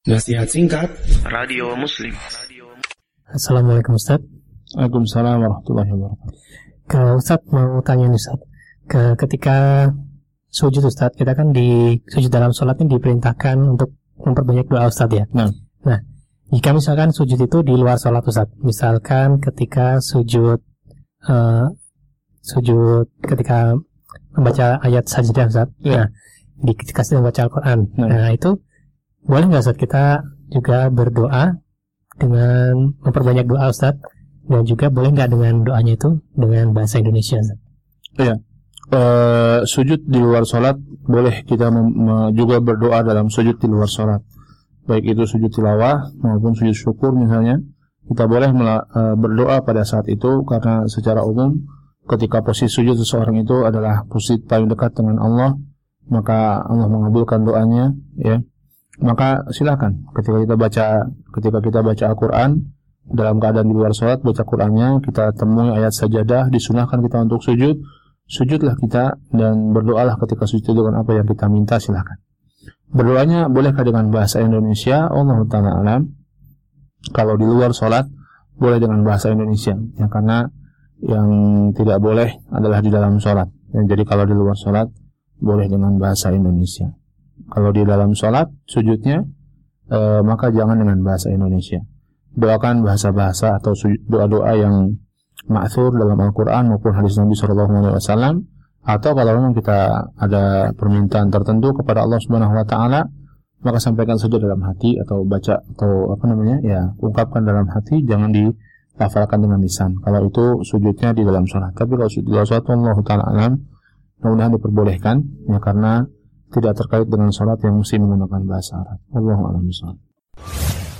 Nasihat singkat Radio Muslim. Assalamualaikum Ustaz. Waalaikumsalam warahmatullahi wabarakatuh. Kalau Ustaz mau tanya nih Ustaz, ketika sujud Ustaz, kita kan di sujud dalam sholat ini diperintahkan untuk memperbanyak doa Ustaz ya. Nah, jika misalkan sujud itu di luar sholat Ustaz, misalkan ketika sujud ketika membaca ayat sajdah Ustaz, ketika sedang membaca Al-Quran, nah itu boleh nggak Ustaz kita juga berdoa dengan memperbanyak doa Ustaz, dan juga boleh nggak dengan doanya itu dengan bahasa Indonesia Ustaz? Iya, sujud di luar sholat boleh kita juga berdoa dalam sujud di luar sholat, baik itu sujud tilawah maupun sujud syukur misalnya. Kita boleh berdoa pada saat itu, karena secara umum ketika posisi sujud seseorang itu adalah posisi paling dekat dengan Allah, maka Allah mengabulkan doanya, ya. Maka silakan ketika kita baca Al-Quran dalam keadaan di luar sholat, baca Qurannya, kita temui ayat sajadah, disunahkan kita untuk sujud, sujudlah kita dan berdoalah ketika sujud dengan apa yang kita minta. Silakan. Berdoanya bolehkah dengan bahasa Indonesia? Allah Ta'ala alam. Kalau di luar sholat boleh dengan bahasa Indonesia, ya, karena yang tidak boleh adalah di dalam sholat. Jadi kalau di luar sholat boleh dengan bahasa Indonesia. Kalau di dalam sholat sujudnya maka jangan dengan bahasa Indonesia. Doakan bahasa-bahasa atau doa-doa yang ma'thur dalam Al-Quran maupun hadis Nabi SAW. Atau kalau memang kita ada permintaan tertentu kepada Allah Subhanahu Wa Taala, maka sampaikan saja dalam hati atau baca atau ungkapkan dalam hati, jangan dilafalkan dengan lisan. Kalau itu sujudnya di dalam sholat. Tapi kalau sujud di dalam sholat, Allah Ta'ala alam, mudah-mudahan diperbolehkan, ya, karena tidak terkait dengan sholat yang mesti menggunakan bahasa Arab. Wallahu a'lam bishawab.